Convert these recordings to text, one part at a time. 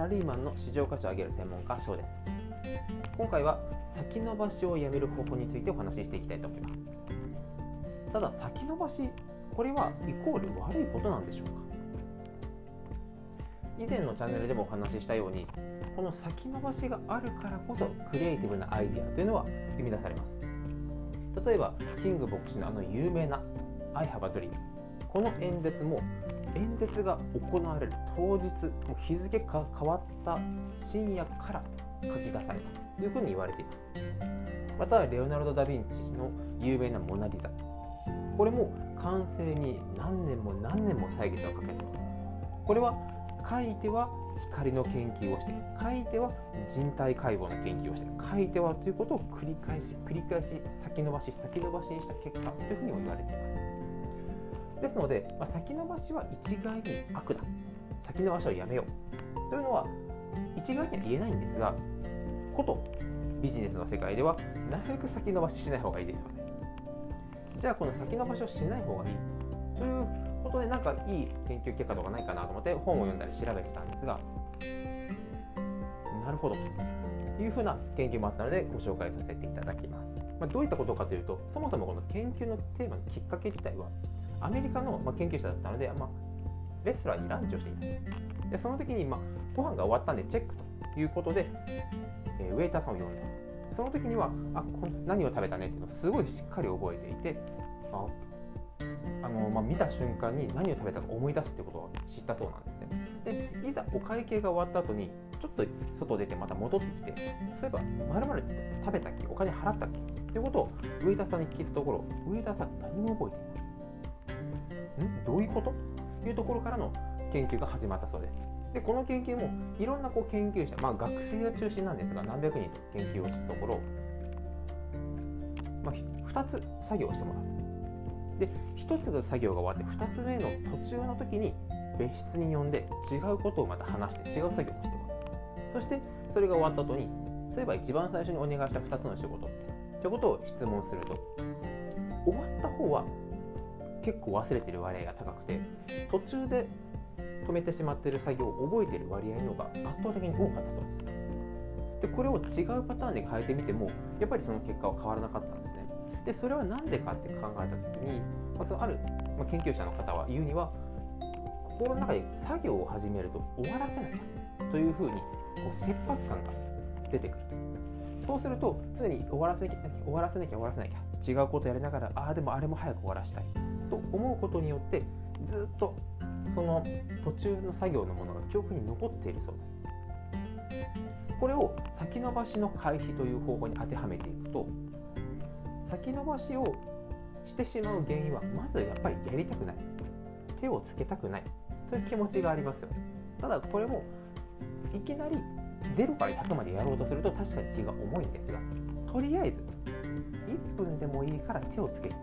ラリーマンの市場価値を上げる専門家翔です。今回は先延ばしをやめる方法についてお話ししていきたいと思います。ただ先延ばし、これはイコール悪いことなんでしょうか。以前のチャンネルでもお話ししたように、この先延ばしがあるからこそクリエイティブなアイデアというのは生み出されます。例えばキング牧師の有名な I have a dream、 この演説も演説が行われる当日、日付が変わった深夜から書き出されたというふうに言われています。またレオナルド・ダ・ヴィンチの有名なモナ・リザ、これも完成に何年も歳月をかけた。これは書いては光の研究をして、書いては人体解剖の研究をして、書いてはということを繰り返し先延ばしにした結果というふうにも言われています。ですので、先延ばしは一概に悪だ、先延ばしをやめようというのは一概には言えないんですが、ことビジネスの世界ではなるべく先延ばししない方がいいですよね。じゃあこの先延ばしをしない方がいいということで、なんかいい研究結果とかないかなと思って本を読んだり調べてたんですが、なるほどというふうな研究もあったのでご紹介させていただきます。どういったことかというと、そもそもこの研究のテーマのきっかけ自体はアメリカの研究者だったので、レストランにランチをしていた。でその時にご飯が終わったんでチェックということで、ウェイターさんを呼んだ。その時には何を食べたねっていうのをすごいしっかり覚えていて、見た瞬間に何を食べたか思い出すってことを知ったそうなんですね。でいざお会計が終わった後にちょっと外出てまた戻ってきて、そういえば〇〇って食べたっけ、お金払ったっけっていうことをウェイターさんに聞いたところ、ウェイターさん何も覚えていない。どういうことというところからの研究が始まったそうです。でこの研究もいろんな研究者、学生が中心なんですが、何百人と研究をしたところ、2つ作業をしてもらう。で1つの作業が終わって2つ目の途中の時に別室に呼んで違うことをまた話して違う作業をしてもらう。そしてそれが終わった後に、そういえば一番最初にお願いした2つの仕事ということを質問すると、終わった方は結構忘れている割合が高くて、途中で止めてしまっている作業を覚えている割合の方が圧倒的に多かったそうです。でこれを違うパターンで変えてみてもやっぱりその結果は変わらなかったんですね。でそれは何でかって考えた時に、ある研究者の方は言うには、心の中で作業を始めると終わらせなきゃというふうに切迫感が出てくる。そうすると常に終わらせなきゃ違うことをやりながら、でもあれも早く終わらしたいと思うことによって、ずっとその途中の作業のものが記憶に残っているそうです。これを先延ばしの回避という方法に当てはめていくと、先延ばしをしてしまう原因はまずやっぱりやりたくない、手をつけたくないという気持ちがありますよね。ただこれもいきなり0から100までやろうとすると確かに気が重いんですが、とりあえず1分でもいいから手をつけてみる。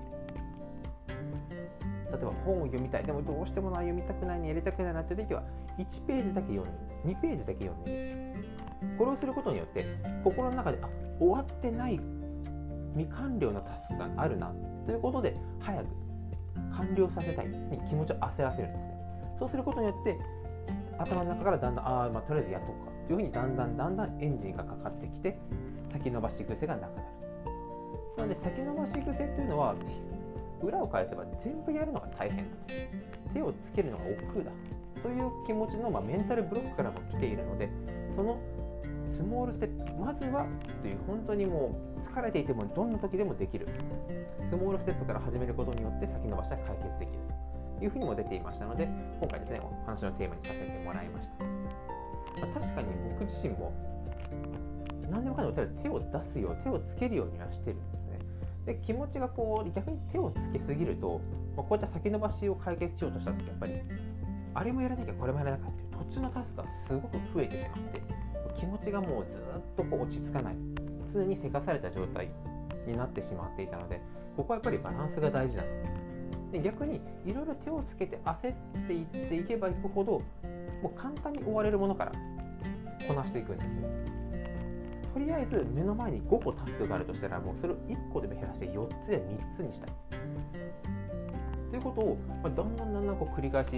例えば本を読みたい、でもどうしても読みたくないね、やりたくないなという時は1ページだけ読んでみる、2ページだけ読んでみる。これをすることによって心の中で終わってない未完了なタスクがあるなということで、早く完了させたいに気持ちを焦らせるんですね。そうすることによって頭の中からだんだんとりあえずやっとくかというふうにだんだんエンジンがかかってきて、先延ばし癖がなくなる。なので先延ばし癖というのは裏を返せば全部やるのが大変だ、手をつけるのが億劫だという気持ちのメンタルブロックからも来ているので、そのスモールステップ、まずはという、本当にもう疲れていてもどんな時でもできるスモールステップから始めることによって先延ばしは解決できるというふうにも出ていましたので、今回ですね、お話のテーマにさせてもらいました。確かに僕自身も何でもかんでもとりあえず手を出すよう、手をつけるようにはしてるんですね。で気持ちが逆に手をつけすぎると、こういった先延ばしを解決しようとした時、やっぱりあれもやらなきゃこれもやらなきゃっていう途中のタスクがすごく増えてしまって、気持ちがもうずっと落ち着かない、常にせかされた状態になってしまっていたので、ここはやっぱりバランスが大事だと。で逆にいろいろ手をつけて焦っていっていけばいくほど、もう簡単に終われるものからこなしていくんですね。とりあえず目の前に5個タスクがあるとしたら、もうそれを1個でも減らして4つや3つにしたいということを、だんだん繰り返し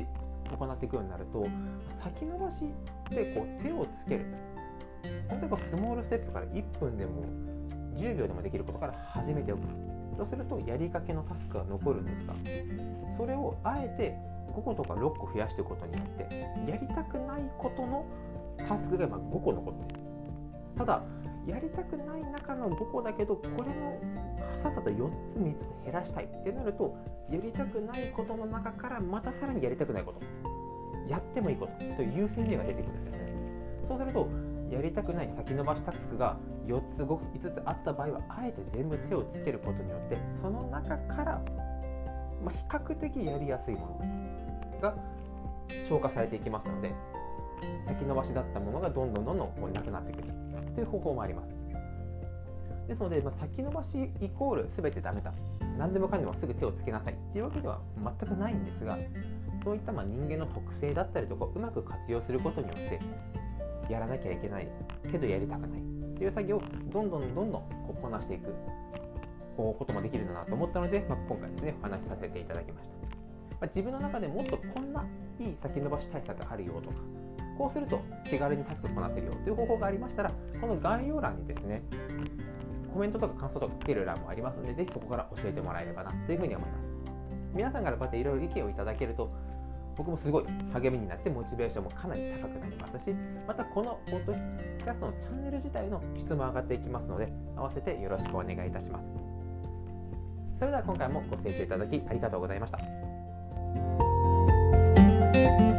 行っていくようになると、先延ばしでこう手をつける、本当にこうスモールステップから1分でも10秒でもできることから始めておくとすると、やりかけのタスクが残るんですが、それをあえて5個とか6個増やしていくことによって、やりたくないことのタスクが今5個残っている。ただやりたくない中の5個だけど、これもさっさと4つ3つ減らしたいってなると、やりたくないことの中からまたさらにやりたくないこと、やってもいいことという優先順位が出てくるんですね。そうするとやりたくない先延ばしタスクが4つ5つあった場合は、あえて全部手をつけることによって、その中から、比較的やりやすいものが消化されていきますので、先延ばしだったものがどんどんこうなくなってくるという方法もあります。ですので、先延ばしイコール全てダメだ、何でもかんでもすぐ手をつけなさいっていうわけでは全くないんですが、そういった人間の特性だったりとかをうまく活用することによって、やらなきゃいけないけどやりたくないっていう作業をどんどんこうこなしていくこともできるんだなと思ったので、今回ですねお話しさせていただきました。自分の中でもっとこんないい先延ばし対策があるよとか、こうすると手軽にタスクこなせるよという方法がありましたら、この概要欄にですねコメントとか感想とか書ける欄もありますので、ぜひそこから教えてもらえればなというふうに思います。皆さんからこうやっていろいろ意見をいただけると、僕もすごい励みになって、モチベーションもかなり高くなりますし、またこのポッドキャストのチャンネル自体の質も上がっていきますので、合わせてよろしくお願いいたします。それでは今回もご清聴いただきありがとうございました。